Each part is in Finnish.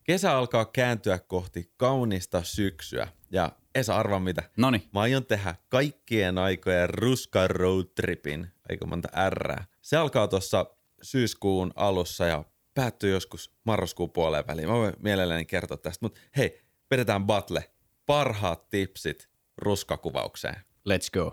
Kesä alkaa kääntyä kohti kaunista syksyä. Ja Esa, arvaa mitä? Noniin. Mä aion tehdä kaikkien aikojen ruska roadtripin, aika monta ärää. Se alkaa tuossa syyskuun alussa ja päättyy joskus marraskuun puoleen väliin. Mä voin mielelläni kertoa tästä, mutta hei, vedetään battle. Parhaat tipsit ruskakuvaukseen. Let's go.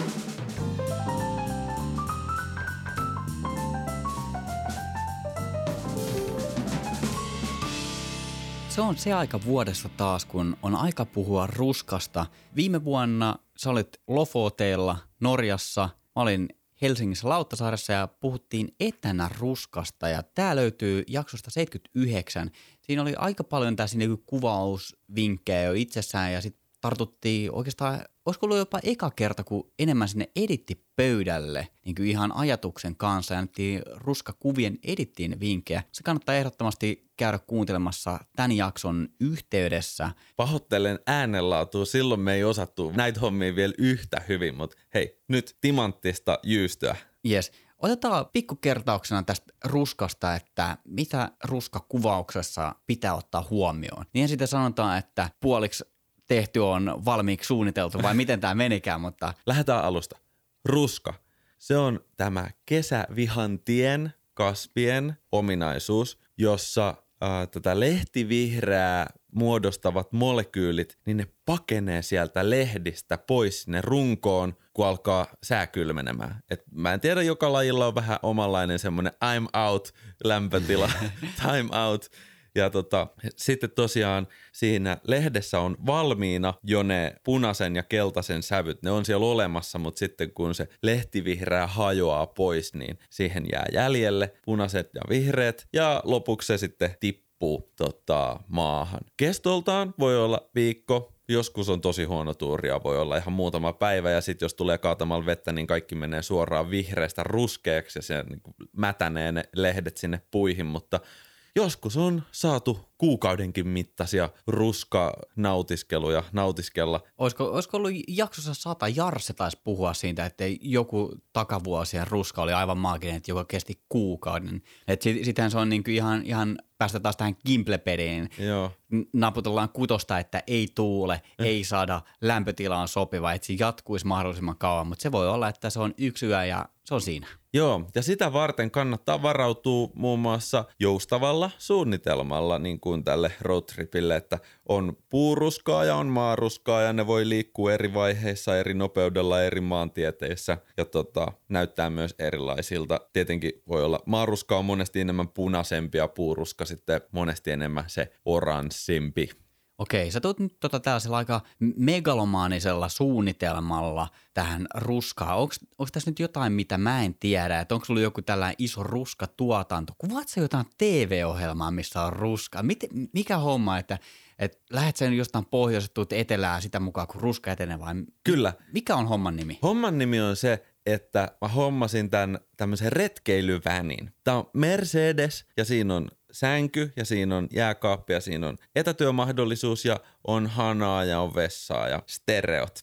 Se on se aika vuodesta taas, kun on aika puhua ruskasta. Viime vuonna sä olit Lofoteella Norjassa, mä olin Helsingissä Lauttasaaressa ja puhuttiin etänä ruskasta ja tää löytyy jaksosta 79. Siinä oli aika paljon tässä kuvausvinkkejä jo itsessään ja sitten tartuttiin oikeastaan, olisiko ollut jopa eka kerta, kun enemmän sinne editti pöydälle niin kuin ihan ajatuksen kanssa ja annettiin ruskakuvien edittiin vinkkejä. Se kannattaa ehdottomasti käydä kuuntelemassa tämän jakson yhteydessä. Pahoittelen äänenlaatua, silloin me ei osattu näitä hommia vielä yhtä hyvin, mutta hei, nyt timanttista jyystöä. Yes. Otetaan pikkukertauksena tästä ruskasta, että mitä ruskakuvauksessa pitää ottaa huomioon. Niin sitten sanotaan, että puoliksi tehty on valmiiksi suunniteltu vai miten tämä menikään, mutta... Lähdetään alusta. Ruska. Se on tämä kesävihantien kasvien ominaisuus, jossa tätä lehtivihreää muodostavat molekyylit, niin ne pakenee sieltä lehdistä pois sinne runkoon, kun alkaa sää kylmenemään. Et mä en tiedä, joka lajilla on vähän omanlainen semmoinen I'm out lämpötila, time out. Ja sitten tosiaan siinä lehdessä on valmiina jo ne punaisen ja keltaisen sävyt. Ne on siellä olemassa, mutta sitten kun se lehtivihreä hajoaa pois, niin siihen jää jäljelle punaiset ja vihreät. Ja lopuksi se sitten tippuu maahan. Kestoltaan voi olla viikko. Joskus on tosi huono tuuria, voi olla ihan muutama päivä ja sitten jos tulee kaatamalla vettä, niin kaikki menee suoraan vihreästä ruskeaksi ja se niin kuin mätänee ne lehdet sinne puihin, mutta joskus on saatu kuukaudenkin mittaisia ruskanautiskeluja nautiskella. Olisiko ollut jaksossa 100 Jarse taisi puhua siitä, että joku takavuosien ruska oli aivan maaginen, että joka kesti kuukauden. Että sitähän se on niin kuin ihan päästä taas tähän Gimplepediin. Joo. Naputellaan kutosta, että ei tuule, ei saada, lämpötila on sopiva, että se jatkuisi mahdollisimman kauan, mutta se voi olla, että se on yksi yö ja se on siinä. Joo, ja sitä varten kannattaa varautua muun muassa joustavalla suunnitelmalla niin kuin tälle roadtripille, että on puuruskaa ja on maaruskaa ja ne voi liikkua eri vaiheissa, eri nopeudella, eri maantieteissä ja näyttää myös erilaisilta. Tietenkin voi olla maaruskaa on monesti enemmän punaisempi ja puuruska sitten monesti enemmän se oranssimpi. Okei, sä tulet nyt tällaisella aika megalomaanisella suunnitelmalla tähän ruskaan. Onko tässä nyt jotain, mitä mä en tiedä? Että onko sulla joku tällainen iso ruskatuotanto? Kuvaat sä jotain TV-ohjelmaa, missä on ruska? Mikä homma, että lähdet sä jostain pohjoisesta, tuut etelään sitä mukaan, kun ruska etenee vai? Kyllä. Mikä on homman nimi? Homman nimi on se, että mä hommasin tämän tämmöisen retkeilyvänin. Tää on Mercedes ja siinä on sänky ja siinä on jääkaappi ja siinä on etätyömahdollisuus ja on hanaa ja on vessaa ja stereot.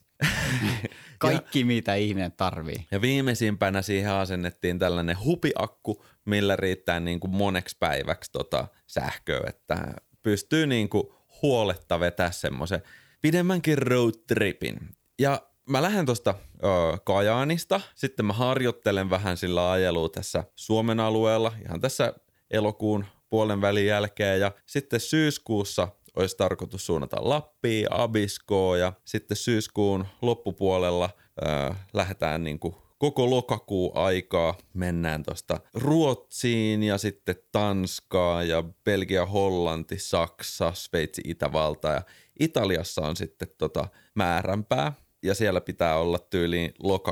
Kaikki mitä ihminen tarvii. Ja viimeisimpänä siihen asennettiin tällainen hupiakku, millä riittää niin kuin moneksi päiväksi sähköä, että pystyy niin kuin huoletta vetää semmoisen pidemmänkin roadtripin. Ja mä lähden tuosta Kajaanista, sitten mä harjoittelen vähän sillä ajelua tässä Suomen alueella, ihan tässä elokuun puolen välin jälkeen ja sitten syyskuussa olisi tarkoitus suunnata Lappiin, Abiskoon ja sitten syyskuun loppupuolella lähdetään niin kuin koko lokakuun aikaa mennään tuosta Ruotsiin ja sitten Tanskaan ja Belgia, Hollanti, Saksa, Sveitsi, Itävalta ja Italiassa on sitten määränpää. Ja siellä pitää olla tyyliin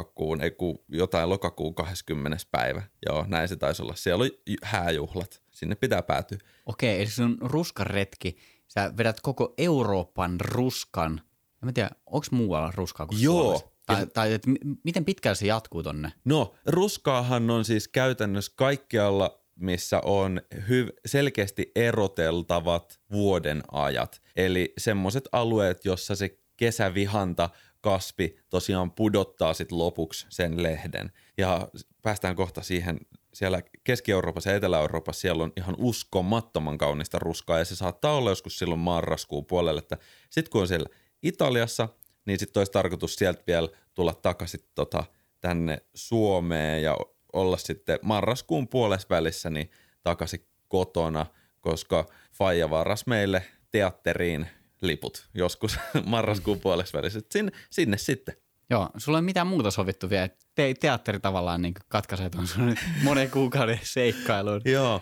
lokakuun 20. päivä. Joo, näin se taisi olla. Siellä oli hääjuhlat. Sinne pitää päätyä. Okei, eli se on ruskaretki. Sä vedät koko Euroopan ruskan. En tiedä, onko muualla ruskaa kuin Suomessa? Tai miten pitkään se jatkuu tonne? No, ruskaahan on siis käytännössä kaikkialla, missä on selkeästi eroteltavat vuoden ajat. Eli semmoiset alueet, jossa se kesävihanta kasvi tosiaan pudottaa sit lopuksi sen lehden. Ja päästään kohta siihen siellä Keski-Euroopassa ja Etelä-Euroopassa siellä on ihan uskomattoman kaunista ruskaa ja se saattaa olla joskus silloin marraskuun puolelle, että sitten kun on siellä Italiassa, niin sitten olisi tarkoitus sieltä vielä tulla takaisin tänne Suomeen ja olla sitten marraskuun puolesvälissä niin takaisin kotona, koska faija varas meille teatteriin liput joskus marraskuun puolesvälissä. Sinne sitten. Joo, sulla ei ole mitään muuta sovittu vielä. Teatteri tavallaan niin katkaisee tuon sun monen kuukauden seikkailuun. Joo.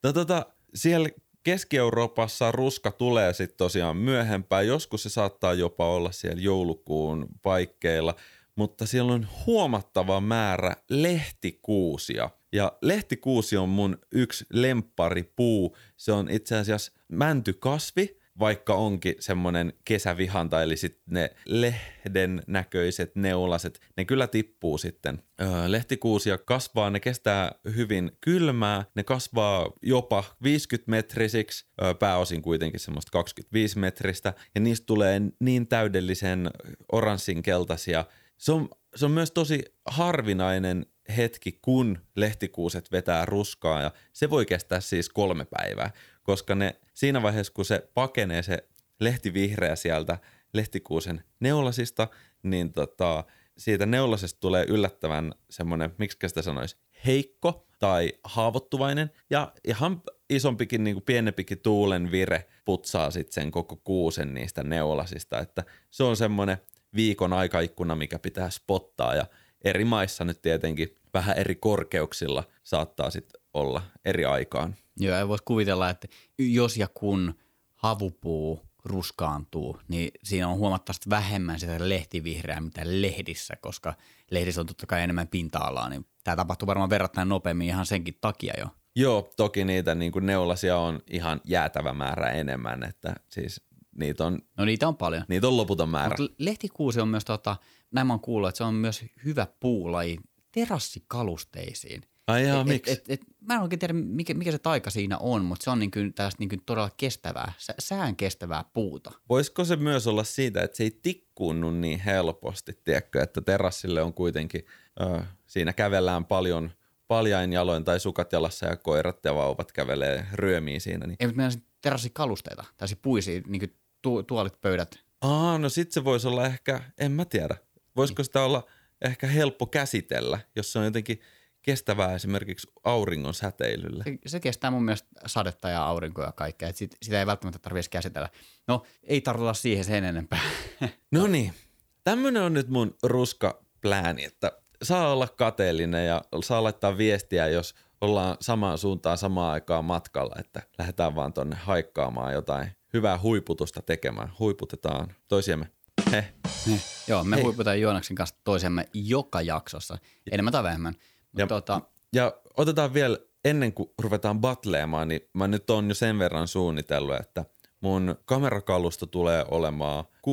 Siellä Keski-Euroopassa ruska tulee sitten tosiaan myöhempään. Joskus se saattaa jopa olla siellä joulukuun paikkeilla, mutta siellä on huomattava määrä lehtikuusia. Ja lehtikuusi on mun yksi lempparipuu. Se on itse asiassa mäntykasvi, vaikka onkin semmoinen kesävihanta, eli sitten ne lehden näköiset neulaset, ne kyllä tippuu sitten. Lehtikuusia kasvaa, ne kestää hyvin kylmää, ne kasvaa jopa 50-metrisiksi, pääosin kuitenkin semmoista 25-metristä, ja niistä tulee niin täydellisen oranssinkeltaisia. Se on myös tosi harvinainen hetki, kun lehtikuuset vetää ruskaa, ja se voi kestää siis 3 päivää, koska ne siinä vaiheessa, kun se pakenee se lehtivihreä sieltä lehtikuusen neulasista, niin siitä neulasesta tulee yllättävän semmoinen, miksi sitä sanoisi, heikko tai haavoittuvainen, ja ihan isompikin, niin kuin pienempikin tuulen vire putsaa sitten sen koko kuusen niistä neulasista, että se on semmoinen viikon aikaikkuna, mikä pitää spottaa, ja eri maissa nyt tietenkin vähän eri korkeuksilla saattaa sitten olla eri aikaan. Joo, ja voisi kuvitella, että jos ja kun havupuu ruskaantuu, niin siinä on huomattavasti vähemmän sitä lehtivihreää, mitä lehdissä, koska lehdissä on totta kai enemmän pinta-alaa, niin tämä tapahtuu varmaan verrattain nopeammin ihan senkin takia jo. Joo, toki niitä niin kuin neulasia on ihan jäätävä määrä enemmän, että siis niitä on... No niitä on paljon. Niitä on loputon määrä. Mutta lehtikuusi on myös, näin mä oon kuullut, että se on myös hyvä puulaji terassikalusteisiin. Ai jaa, miksi? Mä en oikein tiedä, mikä se taika siinä on, mutta se on tällaista todella kestävää, sään kestävää puuta. Voisiko se myös olla siitä, että se ei tikkuunnu niin helposti, tiedätkö, että terassille on kuitenkin, siinä kävellään paljon paljain jaloin tai sukat jalassa ja koirat ja vauvat kävelee ryömiin siinä. Niin. Ei, mutta meidän terassikalusteita, tällaisia puisia, niin kuin tuolit, pöydät. No sit se voisi olla ehkä, en mä tiedä, voisiko sitä olla ehkä helppo käsitellä, jos se on jotenkin kestävää esimerkiksi auringon säteilylle. Se kestää mun mielestä sadetta ja aurinkoa ja kaikkea, että sitä ei välttämättä tarvitse käsitellä. No, ei tartuta siihen sen enempää. No niin, tämmönen on nyt mun ruskaplääni, että saa olla kateellinen ja saa laittaa viestiä, jos ollaan samaan suuntaan samaan aikaan matkalla, että lähdetään vaan tonne haikkaamaan jotain hyvää huiputusta tekemään. Huiputetaan toisiamme. Joo, me huiputaan Joonaksen kanssa toisemme joka jaksossa, enemmän tai vähemmän. Ja otetaan vielä, ennen kuin ruvetaan battleemaan, niin mä nyt on jo sen verran suunnitellut, että mun kamerakalusto tulee olemaan 16-35,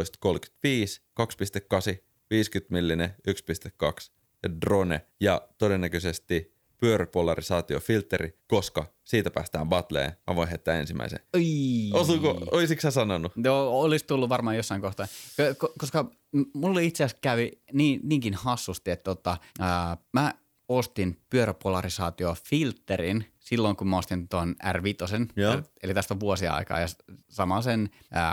2.8, 50 millinen, 1.2 ja drone ja todennäköisesti pyöräpolarisaatiofiltteri, koska siitä päästään battleen. Mä voin heittää ensimmäisen. Olisitko sä sanonut? Joo, olisi tullut varmaan jossain kohtaa. Koska mulle itse asiassa kävi niinkin hassusti, että mä ostin pyöräpolarisaatiofilterin silloin, kun mä ostin tuon R5, eli tästä on vuosia aikaa, ja sama sen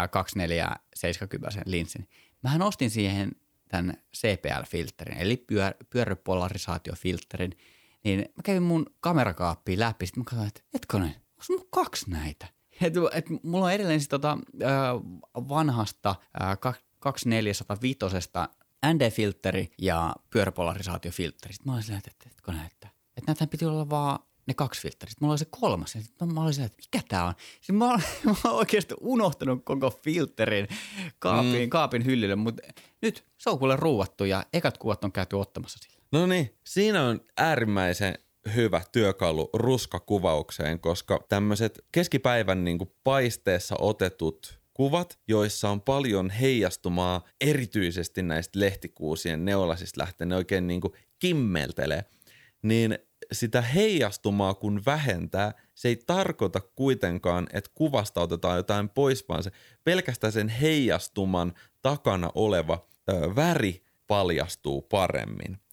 2470 linssin. Mähän ostin siihen tämän CPL-filterin, eli pyöräpolarisaatiofilterin, niin mä kävin mun kamerakaappiin läpi, sitten mä katsoin, että hetkonen, onko mulla 2 näitä? Et mulla on edelleen siis vanhasta 2405 ND-filteri ja pyöräpolarisaatiofilteri. Sitten mä olin silleen, että näitähän piti olla vaan ne 2 filtteriä. Sitten mulla oli se 3. Sitten mä olin silleen, että mikä tää on? Sitten mä olen oikeasti unohtanut koko filterin kaapin hyllylle, mutta nyt se on kuule ruuvattu ja ekat kuvat on käyty ottamassa sillä. No niin, siinä on äärimmäisen hyvä työkalu ruskakuvaukseen, koska tämmöiset keskipäivän niin kuin paisteessa otetut kuvat, joissa on paljon heijastumaa erityisesti näistä lehtikuusien neulasista lähtien, ne oikein niin kuin kimmeltelee, niin sitä heijastumaa kun vähentää, se ei tarkoita kuitenkaan, että kuvasta otetaan jotain pois, vaan se pelkästään sen heijastuman takana oleva väri paljastuu paremmin.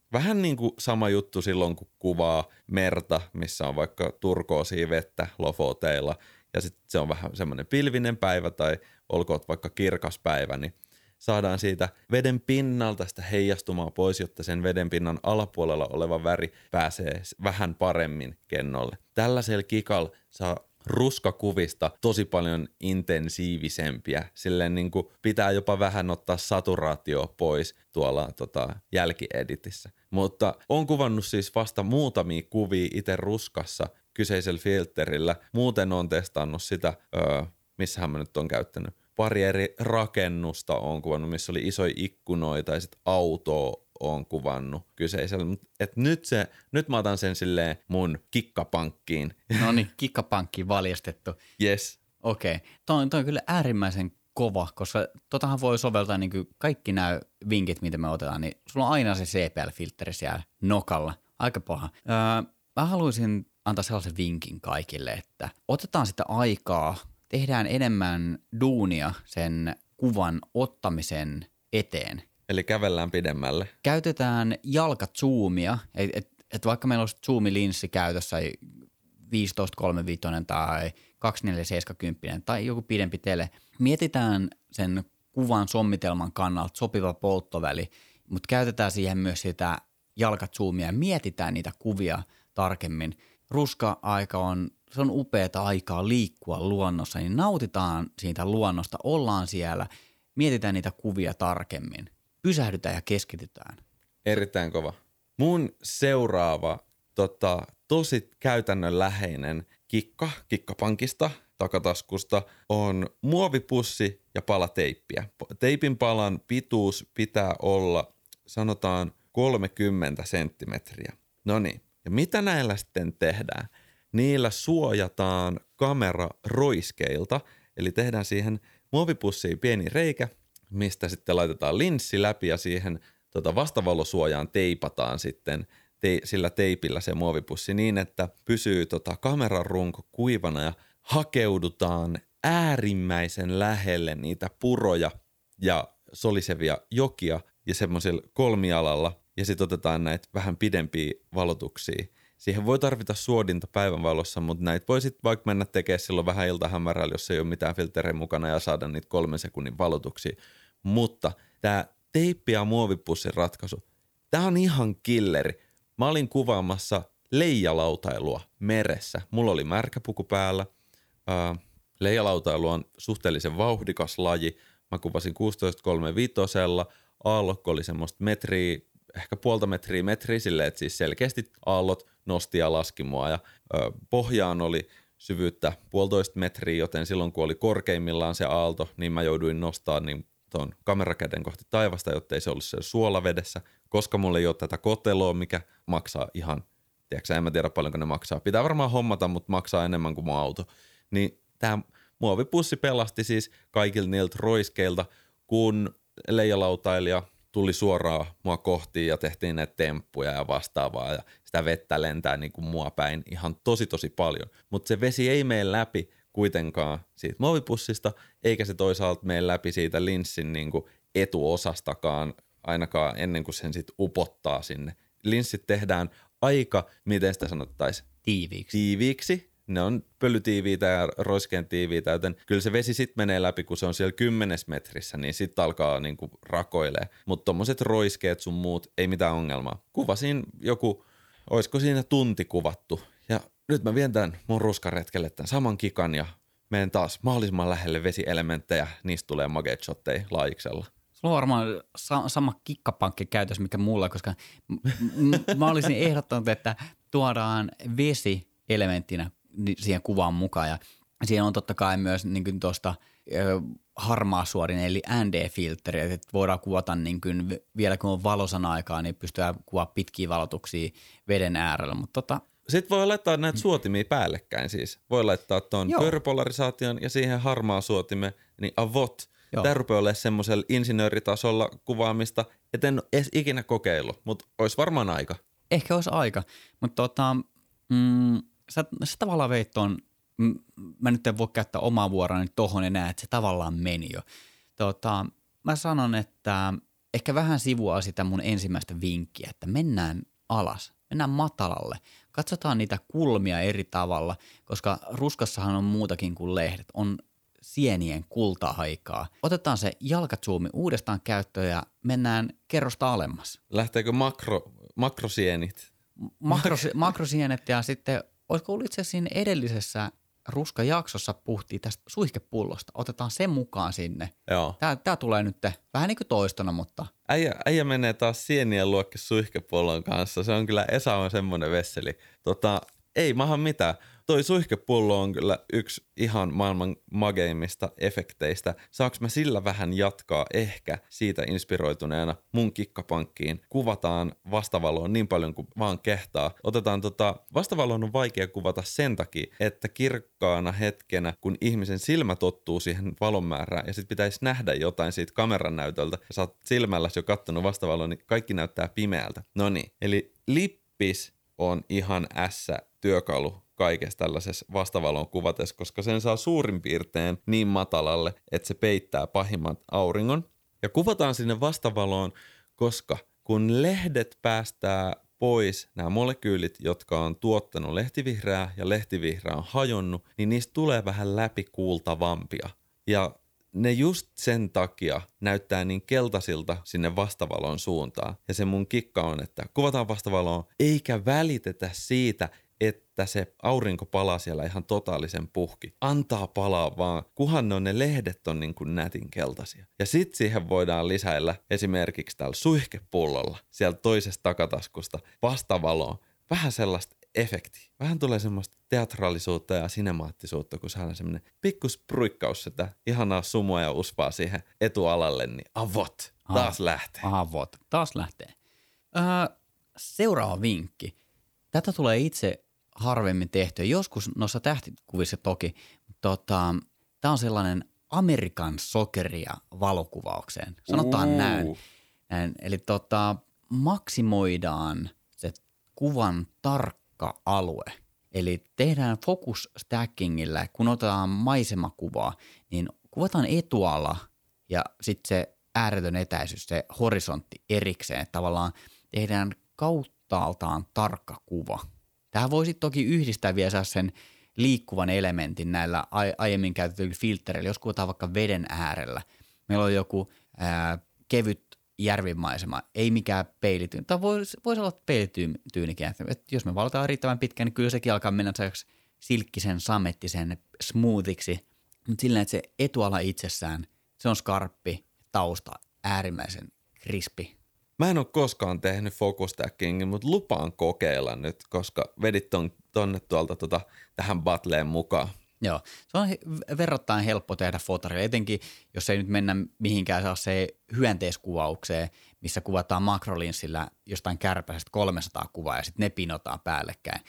Vähän niin kuin sama juttu silloin, kun kuvaa merta, missä on vaikka turkoosia vettä Lofoteilla, ja sitten se on vähän semmoinen pilvinen päivä tai olkoon vaikka kirkas päivä, niin saadaan siitä veden pinnalta sitä heijastumaa pois, jotta sen veden pinnan alapuolella oleva väri pääsee vähän paremmin kennolle. Tällaisella kikalla saa ruskakuvista tosi paljon intensiivisempiä. Silleen niin kuin pitää jopa vähän ottaa saturaatio pois tuolla jälkieditissä. Mutta on kuvannut siis vasta muutamia kuvia itse ruskassa kyseisellä filterillä. Muuten on testannut sitä, missähän mä nyt on käyttänyt. Pari eri rakennusta on kuvannut, missä oli isoja ikkunoita ja sitten autoa on kuvannut kyseisellä. Et nyt mä otan sen silleen mun kikkapankkiin. No niin, kikkapankkiin valjastettu. Yes. Okei. Toi on kyllä äärimmäisen kova, koska totahan voi soveltaa niin kuin kaikki nämä vinkit, mitä me otetaan, niin sulla on aina se CPL-filtteri siellä nokalla. Aika paha. Mä haluaisin antaa sellaisen vinkin kaikille, että otetaan sitä aikaa, tehdään enemmän duunia sen kuvan ottamisen eteen. Eli kävellään pidemmälle. Käytetään jalkazoomia, että vaikka meillä olisi zoomilinssi käytössä 15-35 tai 2470 tai joku pidempi tele, mietitään sen kuvan sommitelman kannalta sopiva polttoväli, mutta käytetään siihen myös sitä jalkazoomia ja mietitään niitä kuvia tarkemmin. Ruska-aika se on upeata aikaa liikkua luonnossa, niin nautitaan siitä luonnosta, ollaan siellä, mietitään niitä kuvia tarkemmin, pysähdytään ja keskitytään. Erittäin kova. Mun seuraava tosi käytännönläheinen kikkapankista, takataskusta, on muovipussi ja pala teippiä. Teipin palan pituus pitää olla, sanotaan, 30 senttimetriä. No niin, ja mitä näillä sitten tehdään? Niillä suojataan kamera roiskeilta, eli tehdään siihen muovipussiin pieni reikä, mistä sitten laitetaan linssi läpi ja siihen vastavalosuojaan teipataan sitten sillä teipillä se muovipussi niin, että pysyy kameran runko kuivana ja hakeudutaan äärimmäisen lähelle niitä puroja ja solisevia jokia ja semmoisella kolmialalla ja sitten otetaan näitä vähän pidempiä valotuksia. Siihen voi tarvita suodinta päivänvalossa, mutta näitä voi sitten vaikka mennä tekemään silloin vähän iltahämärällä, jos ei ole mitään filtreä mukana ja saada niitä 3 sekunnin valotuksia. Mutta tämä teippi- ja muovipussin ratkaisu, tämä on ihan killeri. Mä olin kuvaamassa leijalautailua meressä. Mulla oli märkäpuku päällä. Leijalautailu on suhteellisen vauhdikas laji. Mä kuvasin 16:35, aallokko oli semmoista metriä, ehkä puolta metriä silleen, että siis selkeästi aallot nosti ja laski mua. Ja pohjaan oli syvyyttä 1,5 metriä, joten silloin kun oli korkeimmillaan se aalto, niin mä jouduin nostaa niin tuon kamerakäden kohti taivasta, jottei se ollut siellä suolavedessä, koska mulla ei ole tätä koteloa, mikä maksaa ihan, tiedätkö, en mä tiedä paljonko ne maksaa. Pitää varmaan hommata, mutta maksaa enemmän kuin mun auto. Niin tää muovipussi pelasti siis kaikilta niiltä roiskeilta, kun leijalautailija tuli suoraan mua kohti ja tehtiin näitä temppuja ja vastaavaa ja sitä vettä lentää niin kuin mua päin ihan tosi paljon. Mutta se vesi ei mene läpi kuitenkaan siitä muovipussista, eikä se toisaalta mene läpi siitä linssin niin kuin etuosastakaan, ainakaan ennen kuin sen sitten upottaa sinne. Linssit tehdään aika, miten sitä sanottaisiin? Tiiviiksi. Ne on pölytiiviitä ja roiskeen tiiviitä, joten kyllä se vesi sitten menee läpi, kun se on siellä 10 metrissä, niin sitten alkaa niinku rakoilee. Mutta tommoset roiskeet sun muut, ei mitään ongelmaa. Kuvasin oisko siinä tunti kuvattu. Ja nyt mä vien tämän mun ruskaretkelle tämän saman kikan ja menen taas mahdollisimman lähelle vesielementtejä, niistä tulee mageet shotteja laajiksella. Sulla on varmaan sama kikkapankki käytössä, mikä mulla, koska mä olisin ehdottanut, että tuodaan vesi elementtinä siihen kuvaan mukaan ja siihen on totta kai myös niin tuosta harmaasuorin eli ND-filtteri, että voidaan kuvata niin kuin, vielä kun on valosan aikaa, niin pystytään kuvaamaan pitkiä valotuksia veden äärellä, mutta Sitten voi laittaa näitä suotimia päällekkäin siis. Voi laittaa tuon pöyrypolarisaation ja siihen harmaa suotime, niin avot. Tämä rupeaa olemaan semmoisella insinööritasolla kuvaamista, et en edes ikinä kokeillut, mutta olisi varmaan aika. Ehkä olisi aika, mutta sä tavallaan veit ton, mä nyt en voi käyttää omaa vuoroani tohon enää, että se tavallaan meni jo. Mä sanon, että ehkä vähän sivua sitä mun ensimmäistä vinkkiä, että mennään alas, mennään matalalle. Katsotaan niitä kulmia eri tavalla, koska ruskassahan on muutakin kuin lehdet. On sienien kulta-aikaa. Otetaan se jalkazoomi uudestaan käyttöön ja mennään kerrosta alemmas. Lähteekö makrosienit? Makrosienet ja sitten, olisiko ollut itse asiassa siinä edellisessä ruskajaksossa puhuttiin tästä suihkepullosta. Otetaan se mukaan sinne. Joo. Tää tulee nyt vähän niin kuin toistona, mutta... Äijä menee taas sienien luokki suihkepullon kanssa. Se on kyllä, Esa on semmoinen vesseli. Ei maha mitään. Toi suihkepullo on kyllä yksi ihan maailman mageimmista efekteistä. Saanko mä sillä vähän jatkaa ehkä siitä inspiroituneena mun kikkapankkiin? Kuvataan vastavaloon niin paljon kuin vaan kehtaa. Otetaan vastavaloon on vaikea kuvata sen takia, että kirkkaana hetkenä, kun ihmisen silmä tottuu siihen valon määrään ja sit pitäisi nähdä jotain siitä kameran näytöltä ja sä oot silmälläsi jo kattonut vastavaloon, niin kaikki näyttää pimeältä. Noniin, eli lippis on ihan työkalu kaikessa tällaisessa vastavalon kuvatessa, koska sen saa suurin piirtein niin matalalle, että se peittää pahimman auringon. Ja kuvataan sinne vastavaloon, koska kun lehdet päästää pois nämä molekyylit, jotka on tuottanut lehtivihreää ja lehtivihreä on hajonnut, niin niistä tulee vähän läpikuultavampia. Ja ne just sen takia näyttää niin keltaisilta sinne vastavalon suuntaan. Ja se mun kikka on, että kuvataan vastavaloon eikä välitetä siitä, että se aurinko palaa siellä ihan totaalisen puhki. Antaa palaa vaan, kunhan ne lehdet on niin kuin nätin keltaisia. Ja sit siihen voidaan lisäillä esimerkiksi tällä suihkepullolla sieltä toisesta takataskusta vastavaloon vähän sellaista efektiä. Vähän tulee semmoista teatraalisuutta ja sinemaattisuutta, kun saadaan semmoinen pikkuspruikkaus sitä ihanaa sumua ja usvaa siihen etualalle, niin avot, taas lähtee. Taas lähtee. Seuraava vinkki. Tätä tulee itse harvemmin tehtyä. Joskus noissa tähtikuvissa toki. Tämä on sellainen Amerikan sokeria valokuvaukseen. Sanotaan näin. Eli maksimoidaan se kuvan tarkka alue. Eli tehdään focus stackingillä, kun otetaan maisemakuvaa, niin kuvataan etuala ja sitten se ääretön etäisyys, se horisontti erikseen. Että tavallaan tehdään kauttaaltaan tarkka kuva. Tähän voisi toki yhdistää vielä sen liikkuvan elementin näillä aiemmin käytetyillä filtreillä, jos kuvataan vaikka veden äärellä. Meillä on joku kevyt järvimaisema, ei mikään peilityyni. Tai voisi olla peilityynikin. Jos me valitaan riittävän pitkään, niin kyllä sekin alkaa mennä silkkisen, samettisen, smoothiksi. Mutta sillä että se etuala itsessään, se on skarppi, tausta äärimmäisen krispi. Mä en ole koskaan tehnyt focus stackingin, mutta lupaan kokeilla nyt, koska vedit tonne tuolta tähän battleen mukaan. Joo, se on verrattain helppo tehdä fotarille, etenkin jos ei nyt mennä mihinkään saa se hyönteiskuvaukseen, missä kuvataan makrolinssillä jostain kärpäisestä 300 kuvaa ja sitten ne pinotaan päällekkäin.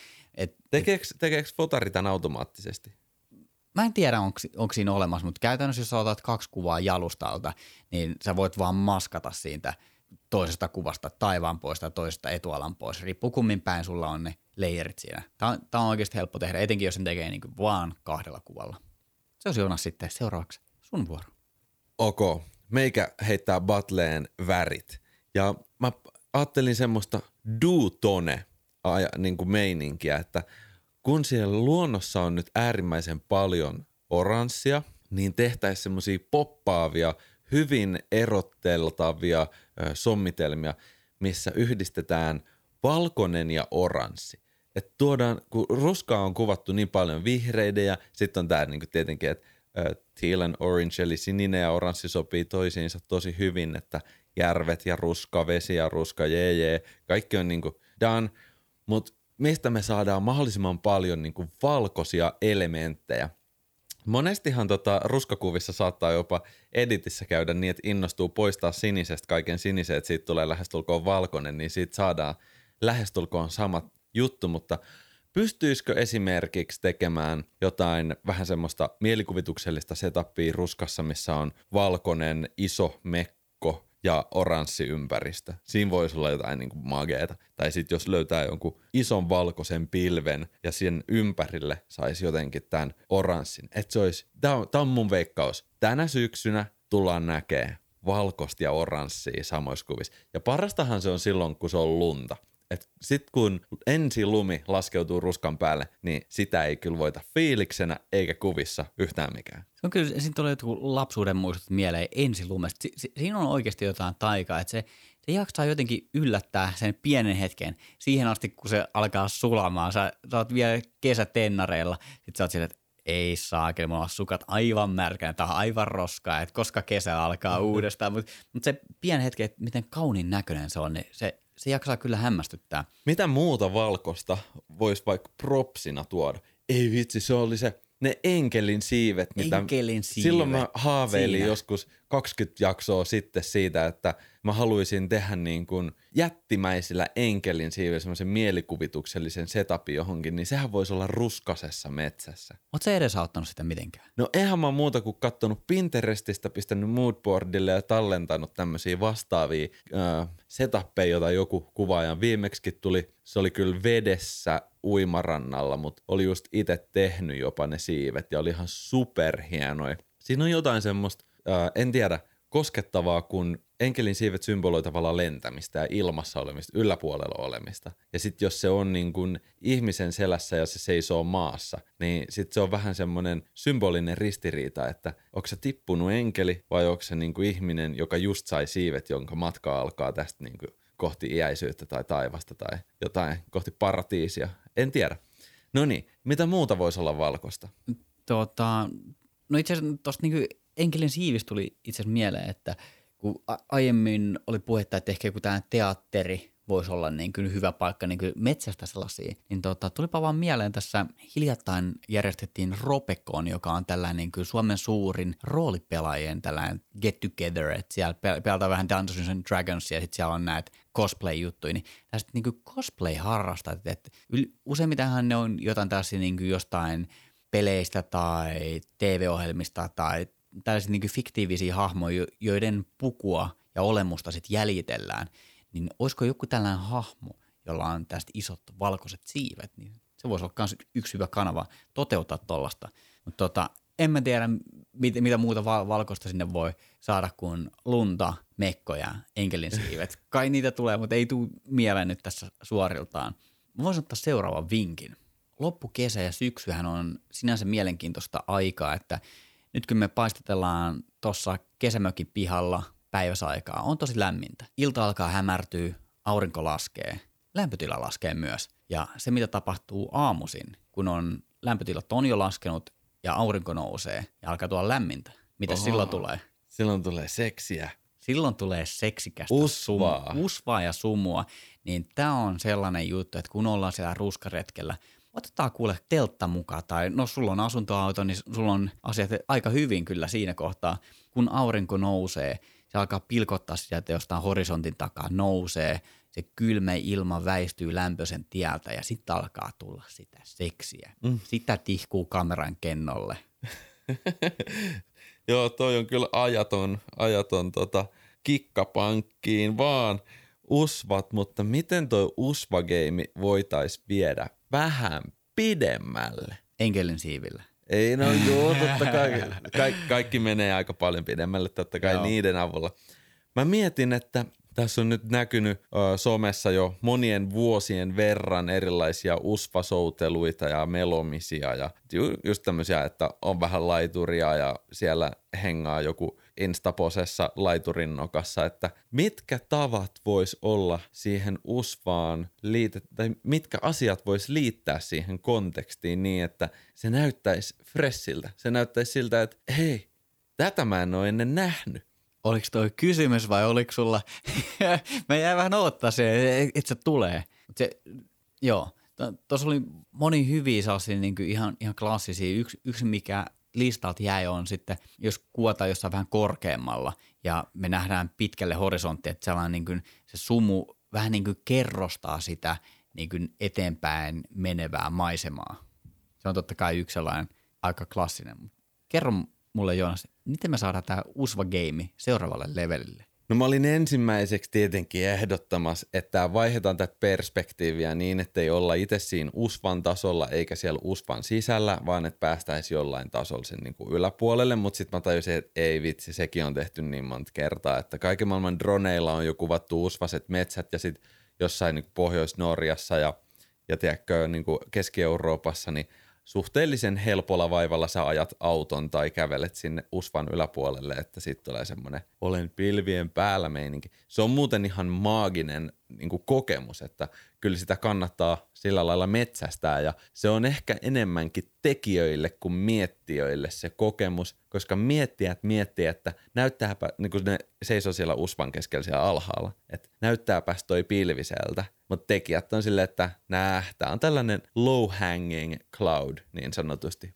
Tekeekö fotari tämän automaattisesti? Mä en tiedä, onko siinä olemassa, mutta käytännössä jos otat 2 kuvaa jalustalta, niin sä voit vaan maskata siitä toisesta kuvasta taivaan pois tai toisesta etualan pois. Riippuu kummin päin sulla on ne layerit siinä. Tämä on oikeasti helppo tehdä, etenkin jos sen tekee niin kuin vaan 2 kuvalla. Se olisi Joonas sitten seuraavaksi sun vuoro. Ok, meikä heittää battleen värit. Ja mä ajattelin semmoista duutone niin kuin meininkiä, että kun siellä luonnossa on nyt äärimmäisen paljon oranssia, niin tehtäisiin semmoisia poppaavia, hyvin erotteltavia sommitelmia, missä yhdistetään valkoinen ja oranssi. Että tuodaan, kun ruskaa on kuvattu niin paljon vihreiden ja sitten on tämä niinku tietenkin, että teal and orange eli sininen ja oranssi sopii toisiinsa tosi hyvin, että järvet ja ruska, vesi ja ruska, jee, kaikki on niinku done, mutta mistä me saadaan mahdollisimman paljon niinku valkoisia elementtejä. Monestihan ruskakuvissa saattaa jopa editissä käydä niin, että innostuu poistaa sinisestä kaiken sinisen, että siitä tulee lähestulkoon valkoinen, niin siitä saadaan lähestulkoon sama juttu, mutta pystyisikö esimerkiksi tekemään jotain vähän semmoista mielikuvituksellista setupia ruskassa, missä on valkoinen iso mekko ja oranssi ympäristö. Siinä voisi olla jotain niin kuin mageeta. Tai sitten jos löytää jonkun ison valkoisen pilven ja sen ympärille saisi jotenkin tämän oranssin. Että se olisi, tämä on mun veikkaus. Tänä syksynä tullaan näkemään valkoista ja oranssia samoissa kuvissa. Ja parastahan se on silloin, kun se on lunta. Sitten kun ensilumi laskeutuu ruskan päälle, niin sitä ei kyllä voita fiiliksenä eikä kuvissa yhtään mikään. Se on kyllä, siinä tulee joku lapsuuden muistut mieleen ensilumesta. Siinä on oikeasti jotain taikaa, että se jaksaa jotenkin yllättää sen pienen hetken siihen asti, kun se alkaa sulamaan. Sä oot vielä kesätennareilla, sit sä oot siellä, että ei saakeli, mulla on sukat aivan märkänä, tää on aivan roskaa, että koska kesä alkaa uudestaan. Mutta se pieni hetki, että miten kauniin näköinen se on, niin se jaksaa kyllä hämmästyttää. Mitä muuta valkosta voisi vaikka propsina tuoda? Ei vitsi, se oli ne enkelin siivet, mitä silloin mä haaveilin joskus 20 jaksoa sitten siitä, että mä haluaisin tehdä niin kuin jättimäisillä enkelin siivillä semmoisen mielikuvituksellisen setupin johonkin, niin sehän voisi olla ruskasessa metsässä. Oot sä edesauttanut sitä mitenkään? No eihän mä muuta kuin kattonut Pinterestistä, pistänyt moodboardille ja tallentanut tämmöisiä vastaavia setuppeja, joita joku kuvaajan viimeksikin tuli. Se oli kyllä vedessä uimarannalla, mutta oli just itse tehnyt jopa ne siivet ja oli ihan superhienoja. Siinä on jotain semmoista, en tiedä, koskettavaa, kun enkelin siivet symboloi tavallaan lentämistä ja ilmassa olemista, yläpuolella olemista. Ja sitten jos se on niin kuin ihmisen selässä ja se seisoo maassa, niin sitten se on vähän semmoinen symbolinen ristiriita, että onko se tippunut enkeli vai onko se niin kuin ihminen, joka just sai siivet, jonka matka alkaa tästä niin kuin kohti iäisyyttä tai taivasta tai jotain kohti paratiisia. En tiedä. No niin, mitä muuta voisi olla valkoista? No itse asiassa tuosta niinku enkelin siivistä tuli itse asiassa mieleen, että kun aiemmin oli puhetta, että ehkä joku tämmöinen teatteri voisi olla niin kuin hyvä paikka niin kuin metsästä sellaisia, niin tulipa vaan mieleen tässä hiljattain järjestettiin Ropecon, joka on tällainen niin kuin Suomen suurin roolipelaajien tällainen get together, että siellä pelataan vähän Dungeons and Dragons ja sitten siellä on näitä cosplay-juttuja, niin tästä niin kuin cosplay-harrastajat, että useimmitenhan ne on jotain tällaisia niin kuin jostain peleistä tai TV-ohjelmista tai tällaisia niin kuin fiktiivisiä hahmoja, joiden pukua ja olemusta sitten jäljitellään, niin olisiko joku tällainen hahmo, jolla on tästä isot valkoiset siivet, niin se voisi olla myös yksi hyvä kanava toteuttaa tollasta. Mutta en mä tiedä, mitä muuta valkoista sinne voi saada kuin lunta, mekkoja, enkelin siivet. Kai niitä tulee, mutta ei tule mieleen nyt tässä suoriltaan. Mä voisin ottaa seuraavan vinkin. Loppukesä ja syksyhän on sinänsä mielenkiintoista aikaa, että nyt kun me paistetellaan tuossa kesämökin pihalla päiväsaikaa, on tosi lämmintä. Ilta alkaa hämärtyä, aurinko laskee, lämpötila laskee myös. Ja se, mitä tapahtuu aamuisin, kun lämpötilat on jo laskenut ja aurinko nousee ja alkaa tulla lämmintä. Mitä silloin tulee? Silloin tulee seksiä. Silloin tulee seksikästä usvaa ja sumua. Niin tää on sellainen juttu, että kun ollaan siellä ruskaretkellä, otetaan kuule teltta mukaan tai no sulla on asuntoauto, niin sulla on asiat aika hyvin kyllä siinä kohtaa. Kun aurinko nousee, se alkaa pilkottaa sieltä jostain horisontin takaa, nousee, se kylmä ilma väistyy lämpöisen tieltä ja sitten alkaa tulla sitä seksiä. Sitä tihkuu kameran kennolle. Joo, toi on kyllä ajaton kikkapankkiin vaan usvat, mutta miten toi usvageimi voitaisiin viedä vähän pidemmälle? Enkelin siivillä. Ei, no joo, totta kai. Kaikki menee aika paljon pidemmälle, totta kai niiden avulla. Mä mietin, että tässä on nyt näkynyt somessa jo monien vuosien verran erilaisia usvasouteluita ja melomisia ja just tämmöisiä, että on vähän laituria ja siellä hengaa joku instaposessa laiturin nokassa, että mitkä tavat vois olla siihen usvaan tai mitkä asiat vois liittää siihen kontekstiin niin, että se näyttäisi freshiltä. Se näyttäisi siltä, että hei, tätä mä en ole ennen nähnyt. Oliko toi kysymys vai oliko sulla, mä jäin vähän odottaa se, että se tulee. Joo, tuossa oli moni hyviä sellaisia niin kuin ihan klassisia. Yksi mikä listalta jäi on sitten, jos kuvataan jossain vähän korkeammalla ja me nähdään pitkälle horisonttia, että sellainen niin kuin se sumu vähän niin kuin kerrostaa sitä niin kuin eteenpäin menevää maisemaa. Se on totta kai yksi sellainen aika klassinen. Kerro mulle, Joonas, miten me saadaan tämä usva-game seuraavalle levelille? No mä olin ensimmäiseksi tietenkin ehdottamassa, että vaihdetaan tätä perspektiiviä niin, että ei olla itse siinä usvan tasolla eikä siellä usvan sisällä, vaan että päästäisiin jollain tasolla sen niin kuin yläpuolelle. Mutta sitten mä tajusin, että ei vitsi, sekin on tehty niin monta kertaa, että kaiken maailman droneilla on jo kuvattu usvaset metsät ja sitten jossain niin kuin Pohjois-Norjassa ja tiedätkö, niin kuin Keski-Euroopassa, niin suhteellisen helpolla vaivalla sä ajat auton tai kävelet sinne usvan yläpuolelle, että sitten tulee semmoinen olen pilvien päällä meininki. Se on muuten ihan maaginen niin kuin kokemus, että kyllä sitä kannattaa sillä lailla metsästää ja se on ehkä enemmänkin tekijöille kuin miettijöille se kokemus, koska miettii, että näyttääpä, niin kuin ne seisoo siellä usvan keskellä siellä alhaalla, että näyttääpäs toi pilviseltä. Mutta tekijät on silleen, että tää on tällainen low hanging cloud niin sanotusti,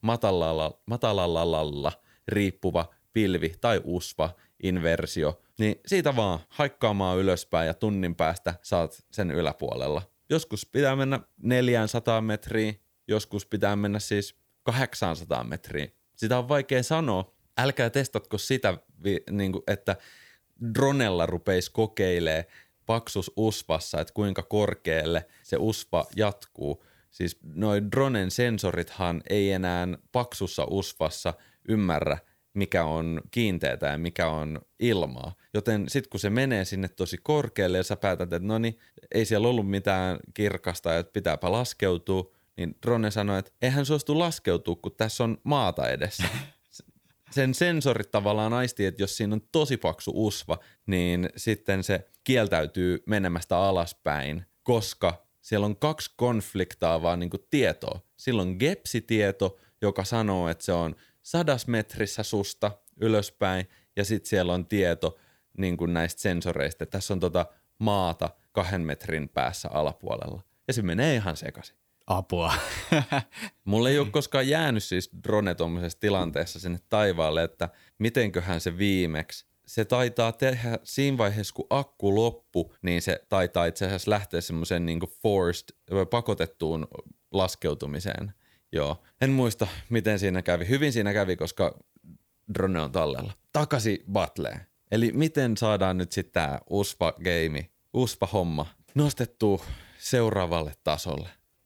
matalalla riippuva pilvi tai usva, inversio, niin siitä vaan haikkaamaan ylöspäin ja tunnin päästä saat sen yläpuolella. Joskus pitää mennä 400 metriä, joskus pitää mennä siis 800 metriä. Sitä on vaikea sanoa. Älkää testatko sitä, että dronella rupeisi kokeilemaan paksus usvassa, että kuinka korkealle se usva jatkuu. Siis noi dronen sensorithan ei enää paksussa usvassa ymmärrä, mikä on kiinteätä ja mikä on ilmaa. Joten sitten kun se menee sinne tosi korkealle ja sä päätät, että no niin, ei siellä ollut mitään kirkasta, että pitääpä laskeutua, niin drone sanoi, että eihän suostu laskeutua, kun tässä on maata edessä. Sen sensorit tavallaan aistii, että jos siinä on tosi paksu usva, niin sitten se kieltäytyy menemästä alaspäin, koska siellä on kaksi konfliktaavaa niin kuin tietoa. Silloin gepsitieto, joka sanoo, että se on 100 metrissä susta ylöspäin, ja sitten siellä on tieto niin kuin näistä sensoreista, että tässä on maata 2 metrin päässä alapuolella. Ja se menee ihan sekaisin. Apua. Mulle ei ole koskaan jäänyt siis drone tuommoisessa tilanteessa sinne taivaalle, että mitenköhän se viimeksi. Se taitaa tehdä siinä vaiheessa, kun akku loppu, niin se taitaa itse asiassa lähteä semmoiseen niin kuin pakotettuun laskeutumiseen. Joo. En muista, miten siinä kävi. Hyvin siinä kävi, koska drone on tallella. Takaisin battleen. Eli miten saadaan nyt sitten tämä USPA-game, USPA-homma nostettua seuraavalle tasolle?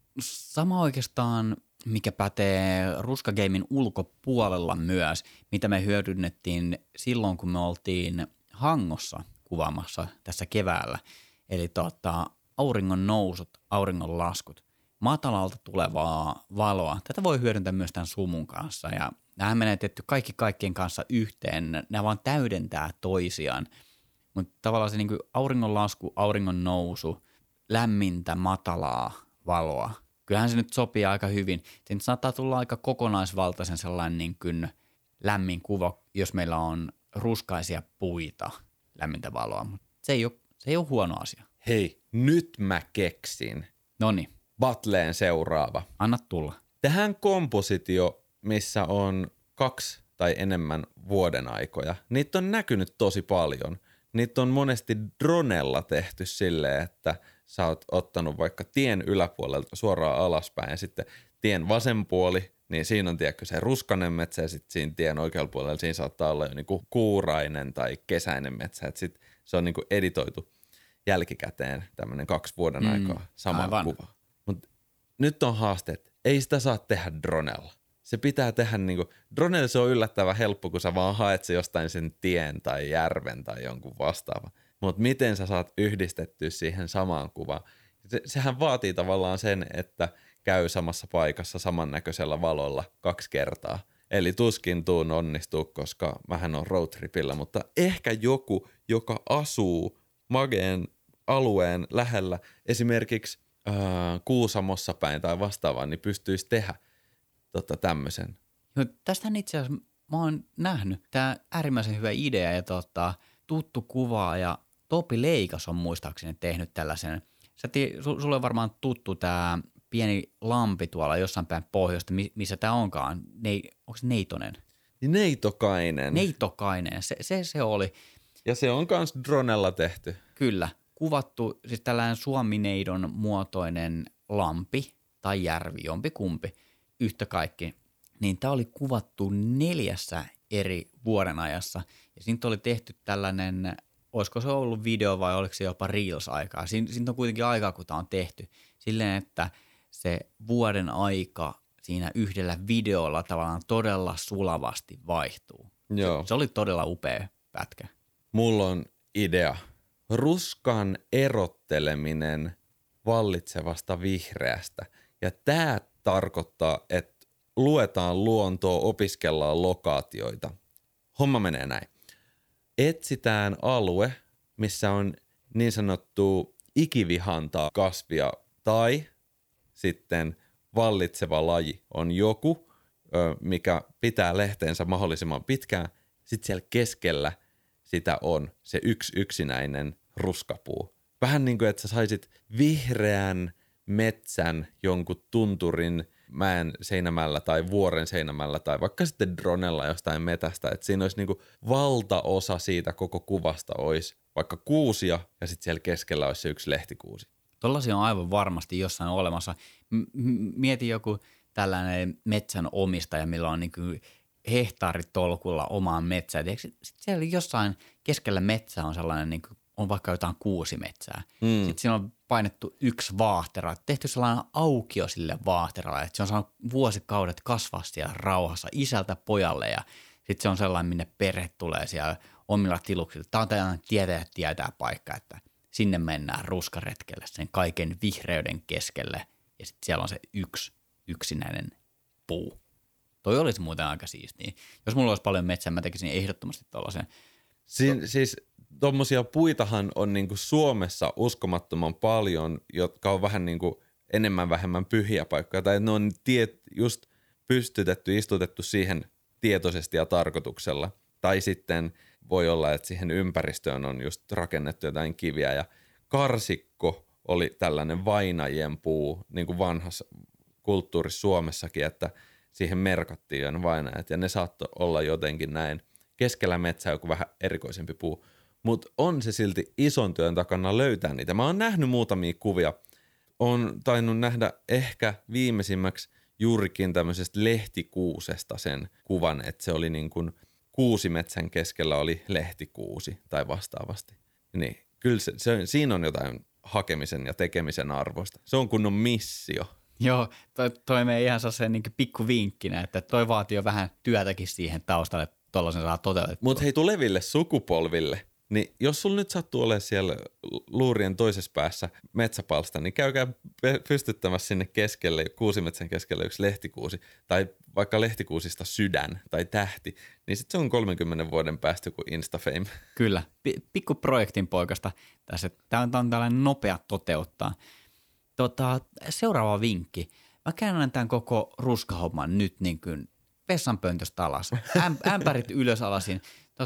Sama oikeastaan, mikä pätee ruskagamin ulkopuolella myös, mitä me hyödynnettiin silloin, kun me oltiin Hangossa kuvaamassa tässä keväällä. Eli auringon nousut, auringon laskut, matalalta tulevaa valoa. Tätä voi hyödyntää myös tämän sumun kanssa ja nämä menee tietty kaikki kaikkien kanssa yhteen. Nämä vaan täydentää toisiaan, mutta tavallaan se niin kuin auringon lasku, auringon nousu, lämmintä, matalaa valoa. Kyllähän se nyt sopii aika hyvin. Siitä saattaa tulla aika kokonaisvaltaisen sellainen niin kuin lämmin kuva, jos meillä on ruskaisia puita, lämmintä valoa, mutta se ei ole huono asia. Hei, nyt mä keksin. Noniin. Battleen seuraava. Anna tulla. Tähän kompositio, missä on 2 tai enemmän vuoden aikoja, niitä on näkynyt tosi paljon. Niitä on monesti dronella tehty silleen, että sä oot ottanut vaikka tien yläpuolelta suoraan alaspäin ja sitten tien vasen puoli, niin siinä on tiedätkö se ruskainen metsä ja sitten siinä tien oikealla puolella siinä saattaa olla jo niinku kuurainen tai kesäinen metsä. Että sit se on niinku editoitu jälkikäteen tämmöinen 2 vuoden aikaa sama kuva. Mutta nyt on haasteet. Ei sitä saa tehdä dronella. Se pitää tehdä niinku, dronella se on yllättävän helppo, kun sä vaan haet se jostain sen tien tai järven tai jonkun vastaava. Mutta miten sä saat yhdistettyä siihen samaan kuvaan? Sehän vaatii tavallaan sen, että käy samassa paikassa samannäköisellä valolla 2 kertaa. Eli tuskin tuun onnistuu, koska mähän on roadtripillä, mutta ehkä joku, joka asuu mageen alueen lähellä, esimerkiksi Kuusamossa päin tai vastaavaan, niin pystyisi tehdä tämmöisen. Joo, tästähän itse asiassa mä oon nähnyt. Tää äärimmäisen hyvä idea ja tuttu kuva ja Topi Leikas on muistaakseni tehnyt tällaisen. Sulle on varmaan tuttu tää pieni lampi tuolla jossain päin pohjoista, missä tää onkaan. Onko se Neitonen? Neitokainen. Neitokainen, se oli. Ja se on kans dronella tehty. Kyllä. Kuvattu siis tällainen Suomineidon muotoinen lampi tai järvi, jompikumpi, yhtä kaikki. Niin tää oli kuvattu 4 eri vuodenajassa ja siitä oli tehty tällainen olisiko se ollut video vai oliko se jopa Reels-aikaa. Siinä on kuitenkin aikaa, kun tämä on tehty. Silleen, että se vuoden aika siinä yhdellä videolla tavallaan todella sulavasti vaihtuu. Joo. Se oli todella upea pätkä. Mulla on idea. Ruskan erotteleminen vallitsevasta vihreästä. Ja tämä tarkoittaa, että luetaan luontoa, opiskellaan lokaatioita. Homma menee näin. Etsitään alue, missä on niin sanottu ikivihantaa kasvia tai sitten vallitseva laji on joku, mikä pitää lehteensä mahdollisimman pitkään. Sitten siellä keskellä sitä on se yksinäinen ruskapuu. Vähän niin kuin, että sä saisit vihreän metsän jonkun tunturin mäen seinämällä tai vuoren seinämällä tai vaikka sitten dronella jostain metästä. Että siinä olisi niin kuin valtaosa siitä koko kuvasta olisi vaikka kuusia ja sitten siellä keskellä olisi se yksi lehtikuusi. Tollaisia on aivan varmasti jossain olemassa. Mieti joku tällainen metsän omistaja, millä on niin kuin hehtaaritolkulla omaan metsään. Sitten siellä jossain keskellä metsää on sellainen, niin kuin, on vaikka jotain kuusimetsää. Sitten siinä on painettu yksi vaahtera, tehty sellainen aukio sille vaahteralle, että se on saanut vuosikaudet kasvaa siellä rauhassa isältä pojalle ja sitten se on sellainen, minne perhe tulee siellä omilla tiluksilla. Tämä on tällainen tietää paikka, että sinne mennään ruskaretkelle sen kaiken vihreyden keskelle ja sitten siellä on se yksinäinen puu. Toi olisi muuten aika siistiä. Jos mulla olisi paljon metsää, mä tekisin ehdottomasti tollaisen. Siis tommosia puitahan on niinku Suomessa uskomattoman paljon, jotka on vähän niinku enemmän vähemmän pyhiä paikkoja. Tai ne on just pystytetty, istutettu siihen tietoisesti ja tarkoituksella. Tai sitten voi olla, että siihen ympäristöön on just rakennettu jotain kiviä. Ja karsikko oli tällainen vainajien puu, niin kuin vanhassa kulttuurissa Suomessakin, että siihen merkattiin jo ne vainajat. Ja ne saattoi olla jotenkin näin. Keskellä metsää joku vähän erikoisempi puu. Mutta on se silti ison työn takana löytää niitä. Mä oon nähnyt muutamia kuvia. Oon tainnut nähdä ehkä viimeisimmäksi juurikin tämmöisestä lehtikuusesta sen kuvan, että se oli niin kuin kuusimetsän keskellä oli lehtikuusi tai vastaavasti. Niin kyllä siinä on jotain hakemisen ja tekemisen arvoista. Se on kunnon missio. Joo, toi me ihan se niin pikku vinkkinä, että toi vaatii jo vähän työtäkin siihen taustalle, että tollaisen saa toteutettua. Mutta hei, tuleville sukupolville, niin jos sulla nyt sattuu olemaan siellä luurien toisessa päässä metsäpalsta, niin käykää pystyttämässä sinne keskelle, kuusimetsän keskelle yksi lehtikuusi, tai vaikka lehtikuusista sydän tai tähti, niin sitten se on 30 vuoden päästä kuin Instafame. Kyllä, pikku projektin poikasta tässä. Tämä on tällainen nopea toteuttaa. Seuraava vinkki. Mä käännän tämän koko ruskahomman nyt niin kuin vessanpöntöstä alas. Ämpärit ylös alasin.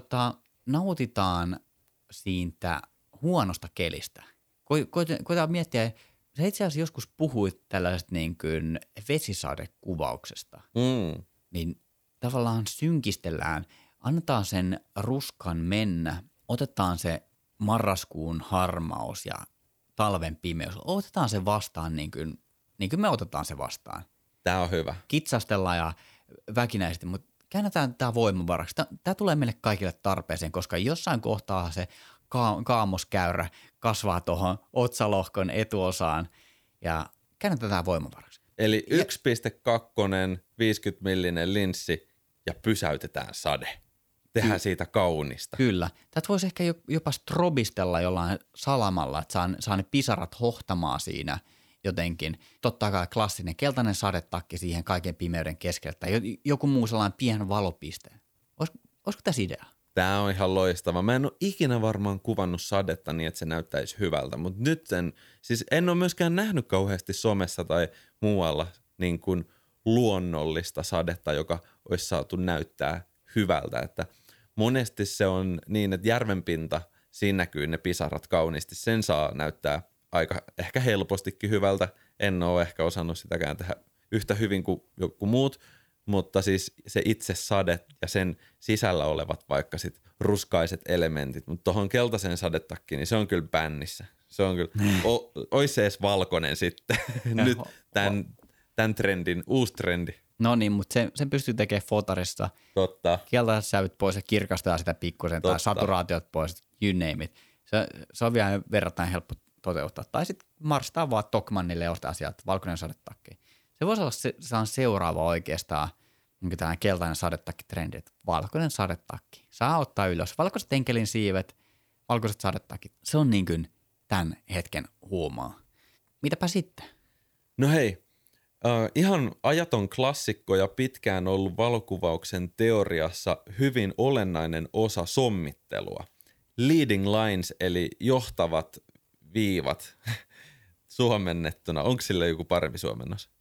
Nautitaan siitä huonosta kelistä. Koetaan miettiä, sä itse asiassa joskus puhuit tällaisesta niin kuin vesisadekuvauksesta. Niin tavallaan synkistellään, annetaan sen ruskan mennä, otetaan se marraskuun harmaus ja talven pimeys, otetaan se vastaan niin kuin me otetaan se vastaan. Tää on hyvä. Kitsastellaan ja väkinäisesti, mutta käännetään tämä voimavaraksi. Tämä tulee meille kaikille tarpeeseen, koska jossain kohtaa se kaamoskäyrä kasvaa tuohon otsalohkon etuosaan ja käännetään tämä voimavaraksi. Eli 1.2, 50 millinen linssi ja pysäytetään sade. Tehdään siitä kaunista. Kyllä. Tätä voisi ehkä jopa strobistella jollain salamalla, että saa ne pisarat hohtamaan siinä jotenkin. Totta kai klassinen keltainen sadetakki siihen kaiken pimeyden keskellä tai joku muu sellainen pieni valopiste. Olisiko tässä idea? Tämä on ihan loistava. Mä en ole ikinä varmaan kuvannut sadetta niin, että se näyttäisi hyvältä, mutta nyt en ole myöskään nähnyt kauheasti somessa tai muualla niin kuin luonnollista sadetta, joka olisi saatu näyttää hyvältä. Että monesti se on niin, että järvenpinta, siinä näkyy ne pisarat kauniisti. Sen saa näyttää aika ehkä helpostikin hyvältä. En ole ehkä osannut sitäkään tehdä yhtä hyvin kuin joku muut, mutta siis se itse sade ja sen sisällä olevat vaikka sit ruskaiset elementit. Mutta tuohon keltaiseen sadetakkiin, niin se on kyllä bännissä. Se on kyllä, ois se edes valkoinen sitten. Nyt tämän trendin, uusi trendi. No niin, mutta sen pystyy tekemään fotarissa. Totta. Keltaiset sävyt pois ja kirkastaa sitä pikkusen tai saturaatiot pois, you name it. Se on vielä verrattain helppo toteuttaa. Tai sitten marstaa vaan Tokmannille ja ostaa sieltä valkoinen sadetakki. Se voisi olla se on seuraava oikeastaan niin tämä keltainen sadetakki-trendi, että valkoinen sadetakki. Saa ottaa ylös. Valkoiset enkelin siivet, valkoiset sadetakit. Se on niin kuin tämän hetken huumaa. Mitäpä sitten? No hei, ihan ajaton klassikko ja pitkään ollut valokuvauksen teoriassa hyvin olennainen osa sommittelua. Leading lines eli johtavat viivat suomennettuna. Onko sille joku parempi suomennos?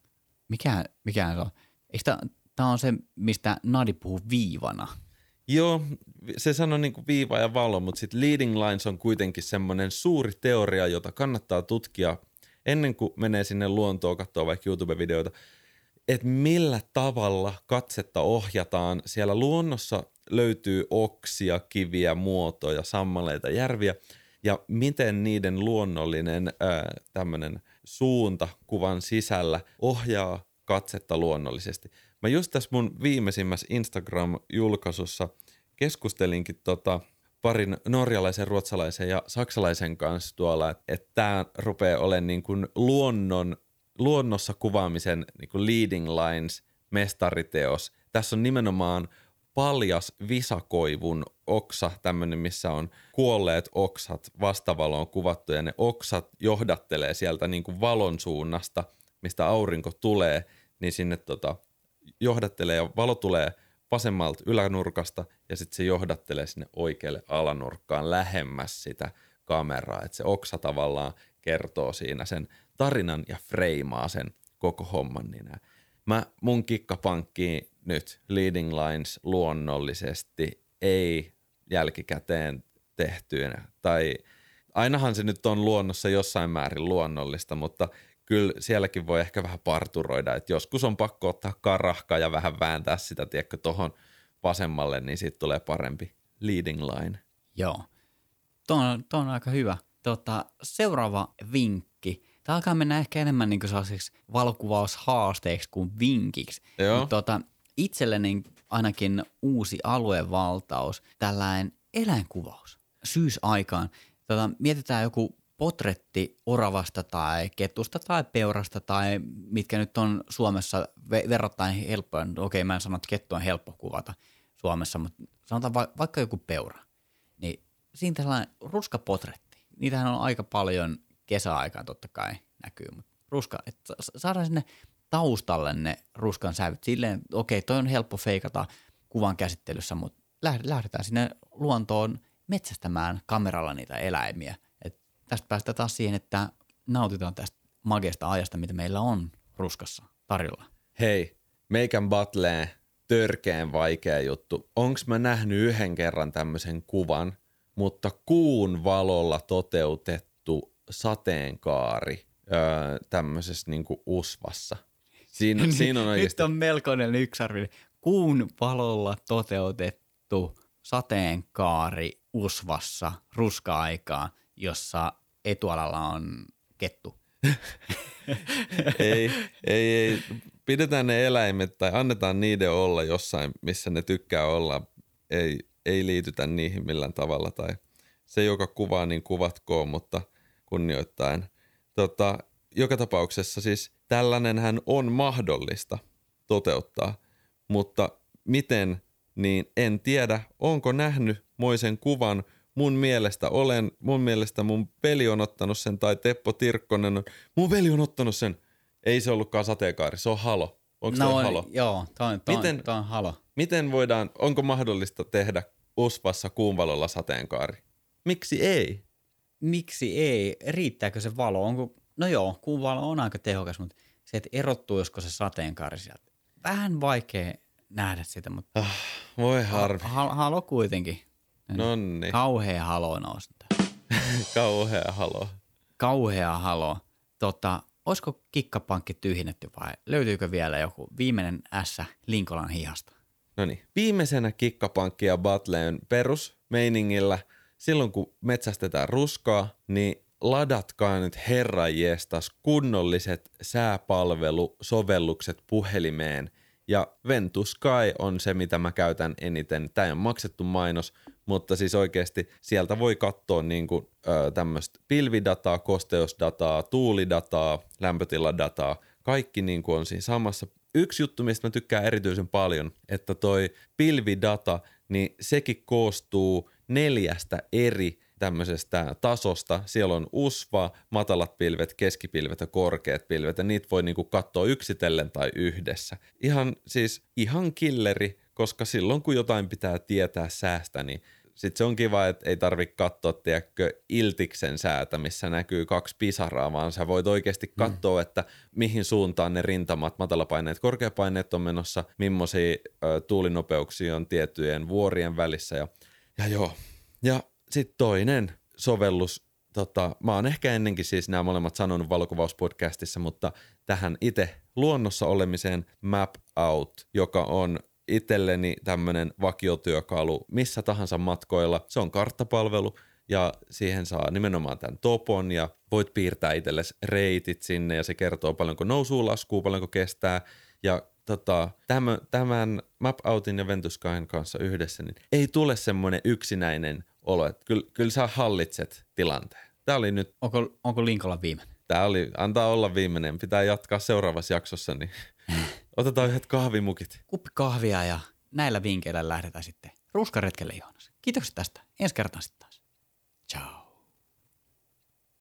Mikä se on? Eikö tämä on se, mistä Nadi puhuu viivana? Joo, se sanoo niin kuin viiva ja valo, mutta sitten leading lines on kuitenkin semmoinen suuri teoria, jota kannattaa tutkia ennen kuin menee sinne luontoon, katsoo vaikka YouTube-videoita, että millä tavalla katsetta ohjataan. Siellä luonnossa löytyy oksia, kiviä, muotoja, sammaleita, järviä ja miten niiden luonnollinen tämmöinen suunta kuvan sisällä ohjaa katsetta luonnollisesti. Mä just tässä mun viimeisimmässä Instagram-julkaisussa keskustelinkin parin norjalaisen, ruotsalaisen ja saksalaisen kanssa tuolla, että tää rupeaa olemaan niin kuin luonnossa kuvaamisen niin kuin leading lines mestariteos. Tässä on nimenomaan paljas visakoivun oksa, tämmöinen, missä on kuolleet oksat vastavaloon kuvattu ja ne oksat johdattelee sieltä niin kuin valon suunnasta, mistä aurinko tulee, niin sinne johdattelee ja valo tulee vasemmalta ylänurkasta ja sitten se johdattelee sinne oikealle alanurkkaan lähemmäs sitä kameraa, että se oksa tavallaan kertoo siinä sen tarinan ja freimaa sen koko homman. Niin mun kikkapankkiin nyt leading lines luonnollisesti ei jälkikäteen tehtyinä. Tai ainahan se nyt on luonnossa jossain määrin luonnollista, mutta kyllä sielläkin voi ehkä vähän parturoida, että joskus on pakko ottaa karahka ja vähän vääntää sitä, tiedätkö, tohon vasemmalle, niin siitä tulee parempi leading line. Joo, tuo on aika hyvä. Seuraava vinkki. Tämä alkaa mennä ehkä enemmän niin kuin sellaisiksi valokuvaushaasteiksi kuin vinkiksi. Mutta itselleni ainakin uusi aluevaltaus, tällainen eläinkuvaus syysaikaan. Mietitään joku potretti oravasta tai ketusta tai peurasta tai mitkä nyt on Suomessa verrattain helppoja. Okei, mä en sano, että kettu on helppo kuvata Suomessa, mutta sanotaan vaikka joku peura. Niin siinä tällainen ruskapotretti. Niitähän on aika paljon kesäaikaan totta kai näkyy, mutta ruska, että saadaan sinne taustalle ne ruskan sävyt. Silleen, okei, toi on helppo feikata kuvan käsittelyssä, mutta lähdetään sinne luontoon metsästämään kameralla niitä eläimiä. Et tästä päästään taas siihen, että nautitaan tästä mageesta ajasta, mitä meillä on ruskassa tarjolla. Hei, meikän Batleen törkeen vaikea juttu. Onks mä nähnyt yhden kerran tämmöisen kuvan, mutta kuun valolla toteutettu sateenkaari tämmöisessä niinku usvassa. Siinä on oikeasti. Nyt on melkoinen yksarvinen. Kuun valolla toteutettu sateenkaari usvassa ruska-aikaa, jossa etualalla on kettu. ei. Pidetään ne eläimet tai annetaan niiden olla jossain, missä ne tykkää olla. Ei liitytä niihin millään tavalla tai se, joka kuvaa, niin kuvatkoon, mutta kunnioittaen. Joka tapauksessa siis tällainenhän on mahdollista toteuttaa, mutta miten, niin en tiedä. Onko nähnyt moisen kuvan? Mun mielestä mun veli on ottanut sen tai Teppo Tirkkonen on. Mun veli on ottanut sen. Ei se ollutkaan sateenkaari, se on halo. Onko toi halo? Joo, toi on halo. Miten onko mahdollista tehdä usvassa kuunvalolla sateenkaari? Miksi ei? Miksi ei? Riittääkö se valo? No joo, kuun valo on aika tehokas, mutta se, että erottuisiko se sateenkaari sieltä. Vähän vaikea nähdä sitä, mutta voi harvi. Halo kuitenkin. Nonni. Kauhea halo nousi. Kauhea halo. Olisiko kikkapankki tyhjennetty vai löytyykö vielä joku viimeinen ässä Linkolan hihasta? No niin. Viimeisenä kikkapankki ja Batleen perusmeiningillä. Silloin kun metsästetään ruskaa, niin ladatkaa nyt herranjestas kunnolliset sääpalvelusovellukset puhelimeen Ja Ventus Sky on se, mitä mä käytän eniten. Tämä ei ole maksettu mainos, mutta siis oikeasti sieltä voi katsoa niinku, tämmöistä pilvidataa, kosteusdataa, tuulidataa, lämpötiladataa. Kaikki niinku on siinä samassa. Yksi juttu, mistä mä tykkään erityisen paljon, että toi pilvidata, niin sekin koostuu 4 eri tämmöisestä tasosta. Siellä on USVA, matalat pilvet, keskipilvet ja korkeat pilvet, ja niitä voi niinku katsoa yksitellen tai yhdessä. Ihan killeri, koska silloin kun jotain pitää tietää säästä, niin sitten se on kiva, että ei tarvitse katsoa, tiedätkö, Iltiksen säätä, missä näkyy 2 pisaraa, vaan sä voit oikeasti katsoa, että mihin suuntaan ne rintamat, matalapaineet, korkeapaineet on menossa, millaisia tuulinopeuksia on tiettyjen vuorien välissä. Ja sitten toinen sovellus, mä oon ehkä ennenkin siis nämä molemmat sanonut valokuvauspodcastissa, mutta tähän itse luonnossa olemiseen Map Out, joka on itselleni tämmönen vakiotyökalu missä tahansa matkoilla. Se on karttapalvelu ja siihen saa nimenomaan tämän topon ja voit piirtää itsellesi reitit sinne ja se kertoo paljonko nousuu, laskuu, paljonko kestää ja tämän Map Outin ja Ventus Skyn kanssa yhdessä, niin ei tule semmoinen yksinäinen olo, että kyllä sä hallitset tilanteen. Tää oli nyt... Onko Linkolla viimeinen? Antaa olla viimeinen, pitää jatkaa seuraavassa jaksossa, niin otetaan yhdet kahvimukit. Kuppi kahvia ja näillä vinkkeillä lähdetään sitten ruskaretkelle, Joonas. Kiitoksia tästä. Ensi kertaan sitten taas.